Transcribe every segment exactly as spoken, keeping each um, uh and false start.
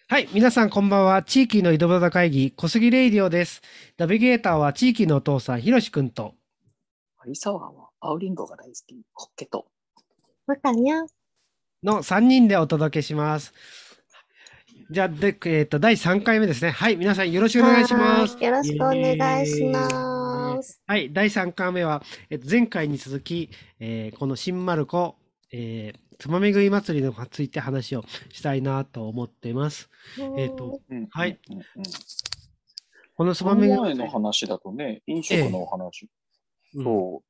はい、皆さんこんばんは。地域の井戸端会議、小杉レイディオです。ナビゲーターは地域のお父さん、ひろしくんと、 有沢は青リンゴが大好き、ホッケと。 またにゃん。 のさんにんでお届けします。じゃあ、で、えっと、だいさんかいめですね。はい、皆さんよろしくお願いします。 はーい。よろしくお願いしイエーイ。 ます。 はい、だいさんかいめは、えっと、前回に続き、えーこの新丸子、えーつまみ食い祭りについて話をしたいなと思っています。えっと、 うんはい、 うんうんうん。 このつこのまみ食い前の祭り、 話だとね、飲え食のえ、 お話、 うん、 そう、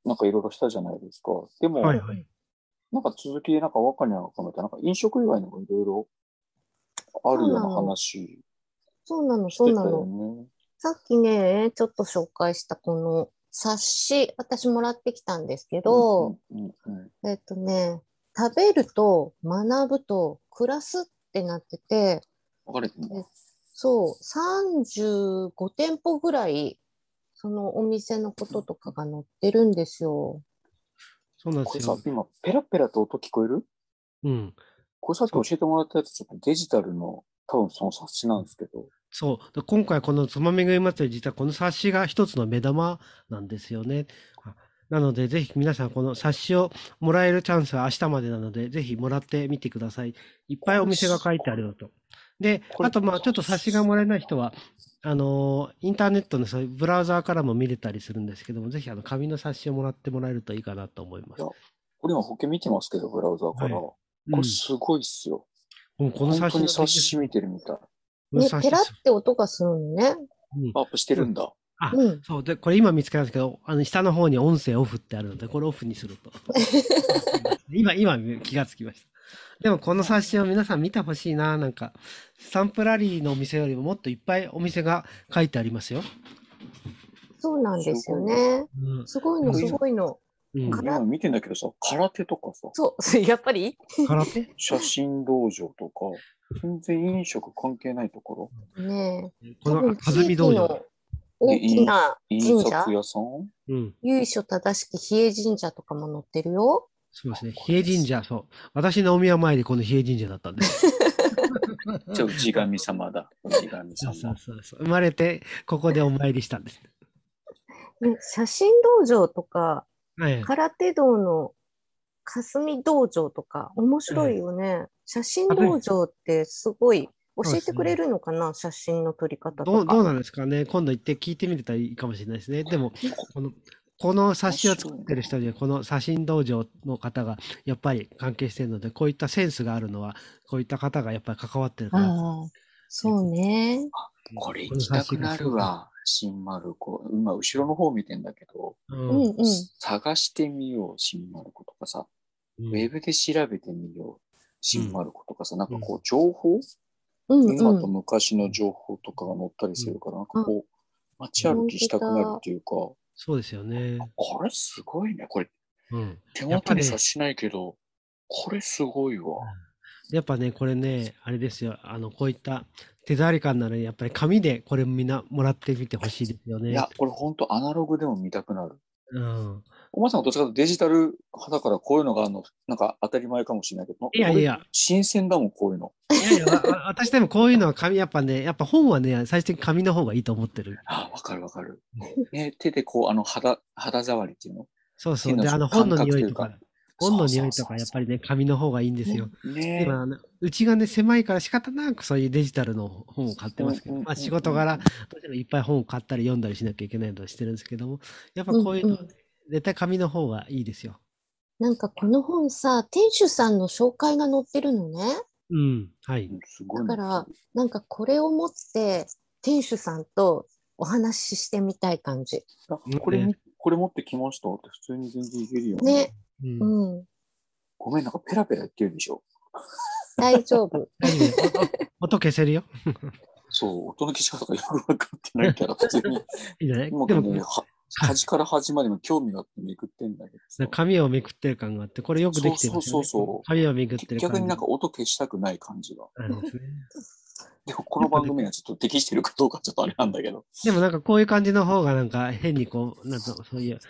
なんかいろいろしたじゃないですか。でも、 はいはい。 なんか続きでなんか若には込めた、なんか飲食以外にもいろいろあそうるようななの。 話そうなの、 してたよそうなの。 ね。 さっきね、ちょっと紹介したこの冊子、私もらってきたんですけうんうど、 んうんうん。 えっとね、食べると学ぶと暮らすってなってて、 分かれてんだ。 えそう、さんじゅうご店舗ぐらい、そのお店のこととかが載ってるんですよ。 そうなんですよ。 これさ、今、ペラペラと音聞こえる？ うん。 これさっきそう。 教えてもらったやつ、ちょっとデジタルの、多分その冊子なんですけど、 そう。で今回このつまみ食い祭り、実はこの冊子が一つの目玉なんですよね。あなので、ぜひ皆さんこの冊子をもらえるチャンスは明日までなので、ぜひもらってみてください。いっぱいおこれ店が書いてこれ、 あるよと。で、 これ、 あと、まあ、ちょっと冊子がもらえない人は、あのーインターネットのそういうブラウザーからも見れたりするんですけども、ぜひあの紙の冊子をもらってもらえるといいかなと思います。 いや、これ今保険見てますけど、ブラウザーから。 はい。 こうん。 れすごいっすよ。 もうこの本当に冊子の出来冊子見てるみたい。 このね、ペラっ冊子、 て音がするのね。 うん。 アップしてうんるんだ。 あ、 うん。 そう。で、これ今見つけたんですけど、あの、下の方に音声オフってあるので、これオフにすると。今、今気がつきました。でもこの冊子を皆さん見てほしいな。なんか、スタンプラリーのお店よりももっといっぱいお店が書いてありますよ。 そうなんすですよごい。 ね。 うん。 すごいの、すこれ今、 ごいの。 うん。 から、 今見てんだけどさ、空手とかさ、 そう、やっぱり空手写真道場とか、全然飲食関係ないとこねえ、 この多分地弾み道場。 域のろ。で、 大き印な印刷神社、 屋さん。 うん。 由緒正しき比叡神社とかも載ってるよ。 そうですね。 これ比叡神社、そう。私のお宮参り、この比叡神社だったんです。 じゃあ、氏神様だ。氏神そうそう様。 そうそう。生まれて、ここでお参りしたんです。 ね、写真道場とか、 はい。 空手道の霞道場とか、面白いはい。 よね。写真あ、で、 道場ってすごい教えてくれそうですね。 るのかな、写真の撮り方とどう、どうか。 なんですかね。今度行って聞いてみれたらいいかもしれないですね。でも、 ね、 この、この冊面子を作っ白いな。 てる人には、この写真道場の方がやっぱり関係しているので、こういったセンスがあるのは、こういった方がやっぱり関わってるからとああ、 いうそうね。 これ行この冊子きたくながすごく、 るわ。新丸子。今、後ろの方見てんだけど、 ううんん、 うん。 探してみよう、新丸子とかさ。ウェうん、 ブで調べてみよう、新うん、 丸子とかさ。なんうん、 かこう、情報うん今とうん。 昔の情報とかが載ったりうん。 するから、なんかあ、 こう、街歩本きしたくなるっ当だ。 ていうか、 そうですよね。 これすごいね。これ、 うん。 手やっぱね、 元に察しないけど、これすごいわ。 やっぱね、これね、あれですよ。あの、こういった手触り感なら、やっぱり紙でこれみんなもらってみてほしいですよね。 いや、これほんとアナログでも見たくなる。 うん。 おばさんはどっちかというとデジタル派だからこういうのがあるの、なんか当たり前かもしれないけど、これいやいや、 新鮮だもん、こういうの。 いやいや、わわ私でもこういうのは紙、やっぱね、やっぱ本はね、最終的に紙の方がいいと思ってる。 ああ、わかるわかる。ね、手でこう、あの、肌、肌触りっていうのそうそう。で、あ手のの本感の匂いとか、 覚というか。そうそう本の匂いとそうそかやっぱりね、紙の方がいいんですよ。 う。ね今、あの、うちがね、狭いから仕方なくそういうデジタルの本を買ってますけど、 うんうんまあ仕うんうん。 事柄、どうしてもいっぱい本を買ったり読んだりしなきゃいけないのはしてるんですけども、やっぱうんこういうの、 うん。 絶対紙の方がいいですよ。 なんかこの本さ、店主さんの紹介が載ってるのね。 うん、はい。 うんすだごいのってる。 から、なんかこれを持って店主さんとお話ししてみたい感じ。 あ、これね。 み、これ持ってきましたって普通に全然いけるよね。 ね。 うん。 うん。 ごめん、なんかペラペラ言ってるでしょ。 大丈夫。 大丈夫です。音音消せるよ。 そう、音の消し方がよくわかってないから、普通に、 いいんじゃないうまくね、 でも、 は、 か端から端までの興味があってめくってんだけどさ。 紙をめくってる感があって、これよくできてそうそうますよね。このそうそ紙をめくっう。 てる感じが逆になんか音消したくない感じが。 あるんですね。 でもこのやっぱね、 番組にはちょっと適してるかどうかちょっとあれなんだけど。 でもなんかこういう感じの方がなんか変にこう、なんと、そういう、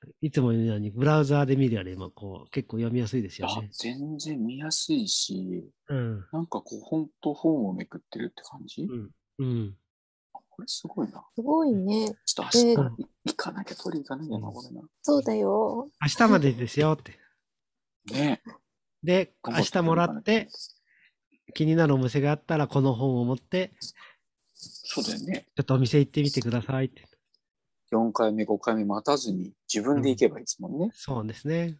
いつも言うようにブラウザーで見るよりもこう結構読みやすいですよあ、 ね。 全然見やすいし、 うん。 なんかこう、ほんと本をめくってるって感じ。 うん。うん。 これすごいな。 すごいね。 ちょっとで、 明日い行かなきゃ取り行かなきゃな、 うんこれな。 そうだよ。 明日までですよって。 ねえ。 で、 頑張って明日もら取り行かなきゃ。 って気になるお店があったらこの本を持ってそうだよね。 ちょっとお店行ってみてくださいって。 よんかいめ、ごかいめ待たずに自分で行けばいいですもんね。 そうですね。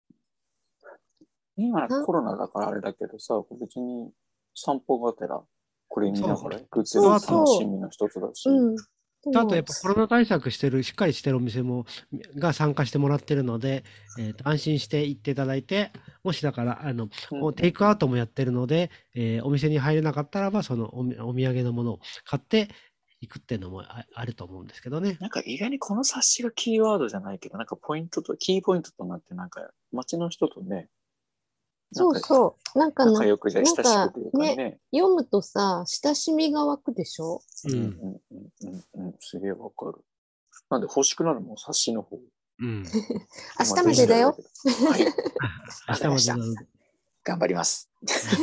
今なコロナだからあれだけどさ、別に散歩がてらこれ見ながら行くっていうそうのもそう楽しみの一つだし。 うん。であともやっぱコロナ対策してる、しっかりしてるお店も、が参加してもらってるので、えーと安心して行っていただいて、もしだから、あの、 うんおテイクアウトもやってるので、えーお店に入れなかったらば、そのおみお土産のものを買っていくっていうのもああると思うんですけどね。 なんか意外にこの冊子がキーワードじゃないけど、なんかポイントと、キーポイントとなって、なんか街の人とね、 そうそう。なんかな、 仲良くじゃ親しくなんかというかね。 ね、読むとさ、親しみが湧くでしょ。 うん。 うんうんうんうんうん、すげえわかる。なんで欲しくなるもん、冊子の方。 うん。 明日までだよ。 はい。 明日までなので。 頑張ります。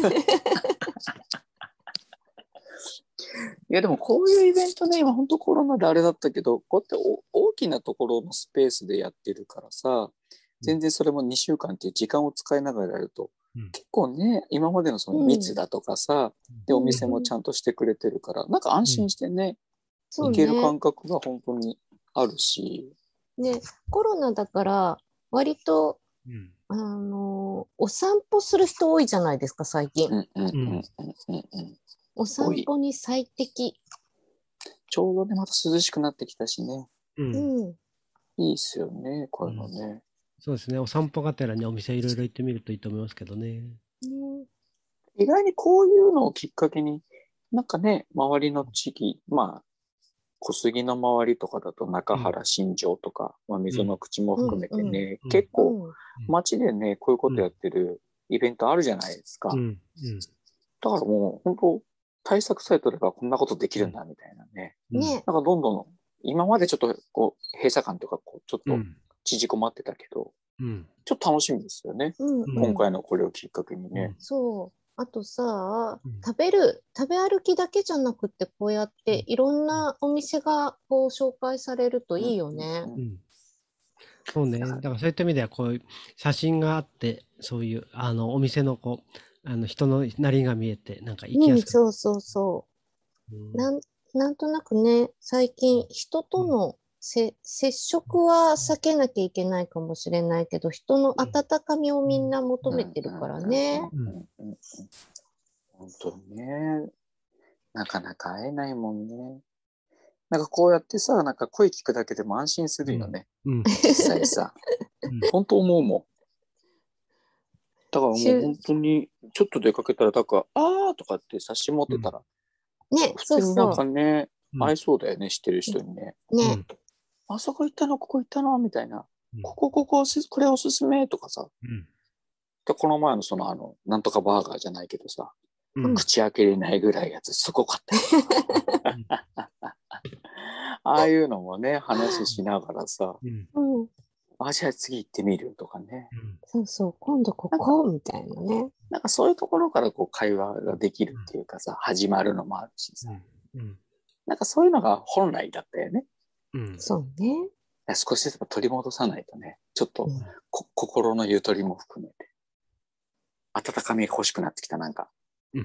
いやでもこういうイベントね、今本当コロナであれだったけど、こうやってお大きなところのスペースでやってるからさ、全然それもにしゅうかんっていう時間を使いながらやると、 うん結構ね、今までのその密だとかさ、で、お店もちゃんとしてくれてるから、なんか安心してね、 そういけるね。 感覚が本当にあるし、 ね、コロナだから、割と、 うん。 あの、お散歩する人多いじゃないですか、最近。 うんうんうんうんうんうん。 お散歩に最適。 ちょうどね、また涼しくなってきたしね、 う。 うんん。 いいっすよね、こういうのね。 そうですね。お散歩がてらにお店いろいろ行ってみるといいと思いますけどね。 ね意外にこういうのをきっかけに、なんかね、周りの地域、まあ、小杉の周りとかだと中原、新庄とか、まあ、溝の口も含めてね、 うんう結構ん。 街でね、こういうことやってるイベントあるじゃないですか。 うん。うん。 だからもう本当、対策さえ取ればこんなことできるんだみたいなね。 うん。 ね。 なんかどんどん、今までちょっとこう閉鎖感とかこうちょっとうん。 縮こまってたけど、 うん。 ちょっと楽しみですよね。 うん。 うん今回のこれをきっかけにね。 そう。あとさうん、 食べる、食べ歩きだけじゃなくて、こうやっていろんなお店がこう紹介されるといいよね。 うんうん。そうね。だからそういった意味では、こういう写真があって、そういう、あの、お店のこう、あの、人のなりが見えて、なんか行きうん、 やすくそうそうそう。 うんなん、なんとなくね、最近人とのせ接触は避けなきゃいけないかもしれないけど、人の温かみをみんな求めてるからね。 うんうんうんうんうん。本当にね。なかなか会えないもんね。なんかこうやってさ、なんか声聞くだけでも安心するよね。 うん。 実際さ。 うん本当思うもん。だからもう本当に、ちょっと出かけたら、だから、あーとかって写真持ってたら、 ね、 普そう通になんかそね、 うん会えそうだよね、知ってる人にね。 う。ね、 うんあそこ行ったの、ここ行ったのみたいな。 うんここ、ここおす、これおすすめとかさ。 うんで、この前のそのあの、なんとかバーガーじゃないけどさ、 うん口開けれないぐらいやつすごかったよ。ああいうのもね、話しながらさ、 うんうん、 あ、じゃあ次行ってみるとかね。 そうそう、今度ここみたいなね。 なんかそういうところからこう会話ができるっていうかさ、始まるのもあるしさ。 うんなんかそういうのが本来だったよね。 うんそうね。 少しずつ取り戻さないとね、ちょっとうんこ心のゆとりも含めて、温かみが欲しくなってきた、なんか。 うん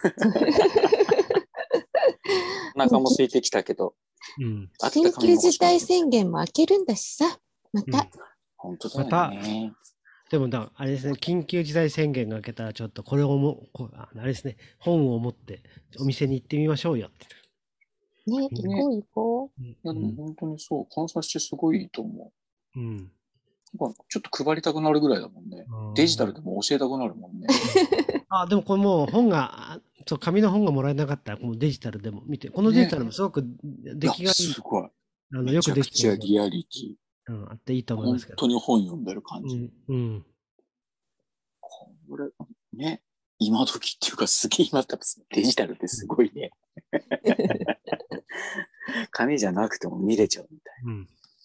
お腹も空いてきたけど、 うん緊急事態宣言も明けるんだしさ、また。 うん本当だよね。 でもだ、あれですね、緊急事態宣言が明けたら、ちょっとこれをも、こうああれですね、本を持ってお店に行ってみましょうよって。 ね、行こう行こうんいやでも本当にそう、この冊子すごいいいと思う。 うんなんかちょっと配りたくなるぐらいだもんね。デジタルでも教えたくなるもんね。 あ、でもこれもう本が、あそう、紙の本がもらえなかったら、このデジタルでも見て、このデジタルもすごく出来いや、 がいい、 すごい。 あの、 めちゃくよくできてるので、 ちゃリアリティ。 うん、あっていいと思い本ますけど。 当に本読んでる感じ。 うん、うん、 これ、ね、今時っていうかすげえ今ってデジタルってすごいね。紙じゃなくても見れちゃうみたいうん。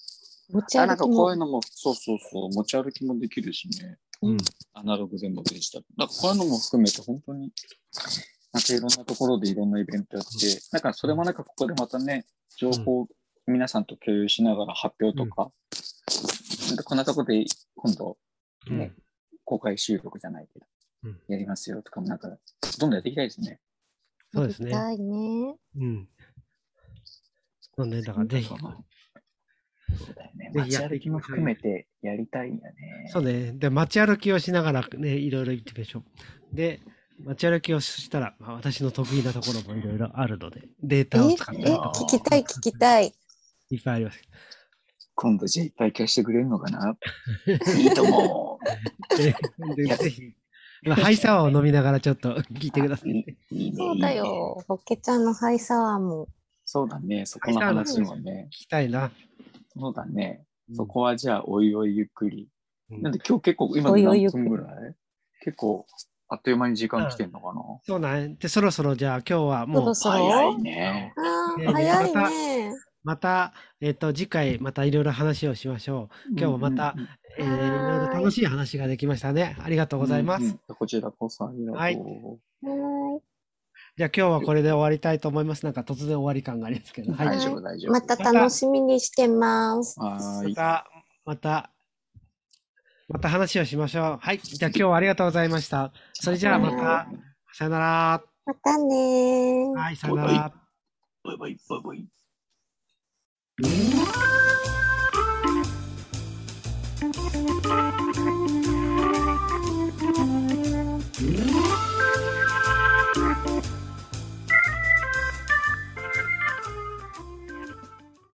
持ちあ、なんかこうい歩きも。 うのも、そうそうそう、持ち歩きもできるしね。 うん。 アナログでもデジタル。だからこういうのも含めて本当に、なんかいろんなところでいろんなイベントやって、なんかそれもなんかここでまたね、情報を皆さんと共有しながら発表とか、なんかこんなとこで今度うん。 ね、公開収録じゃないけど、 うんやりますよとかもなんか、どんどんやっていきたいですね。 そうですね。 やりたいね。 うん。そうね、だからぜひ。 そうだよね。 ぜひやって街歩きも含めてやりたいんだね。 そうね。で、街歩きをしながらね、いろいろ行ってみましょう。で、街歩きをしたら、まあ、私の得意なところもいろいろあるので、デーえ、 タを使ったりえ、 とか聞きたい、聞きたい。 いっぱいあります。 今度じゃあいっぱい聞かせてくれるのかないいと思ででぜひ、まあハイサワーを飲みながらちょっと聞いてくださう。 い。 いいいいね。 そうだよ。ホッケちゃんのハイサワーも。 そうだね。そこの話もね。 聞きたいな。 そうだね。 うんそこはじゃあ、おいおいゆっくり。 うんなんで今日結構、今おいおいゆ何っくり分ぐらい結構、あっという間に時間来てんのかな、 そうなんで、そろそろじゃあ今日はもうそろ、そろ。 早いね。 ああ、 ね早いね。 また、えっと、次回またいろいろ話をしましょう。今日はまた、 うんうんうんえーいろいろ楽しい話ができましたね。ありがとうございます。 うんうんこちらこそありがとう。 はいはじゃあ今日はこれで終わりたいと思います。なんか突然終わり感がありますけど。はい。 大丈夫、大い。 丈夫。 また楽しみにしてます。 はーい。 また、また、また話をしましょう。はい。じゃあ今日はありがとうございました。それじゃあまた、さよなら。 またねー。 はい、さよなら。 バイバイ、バイバイ。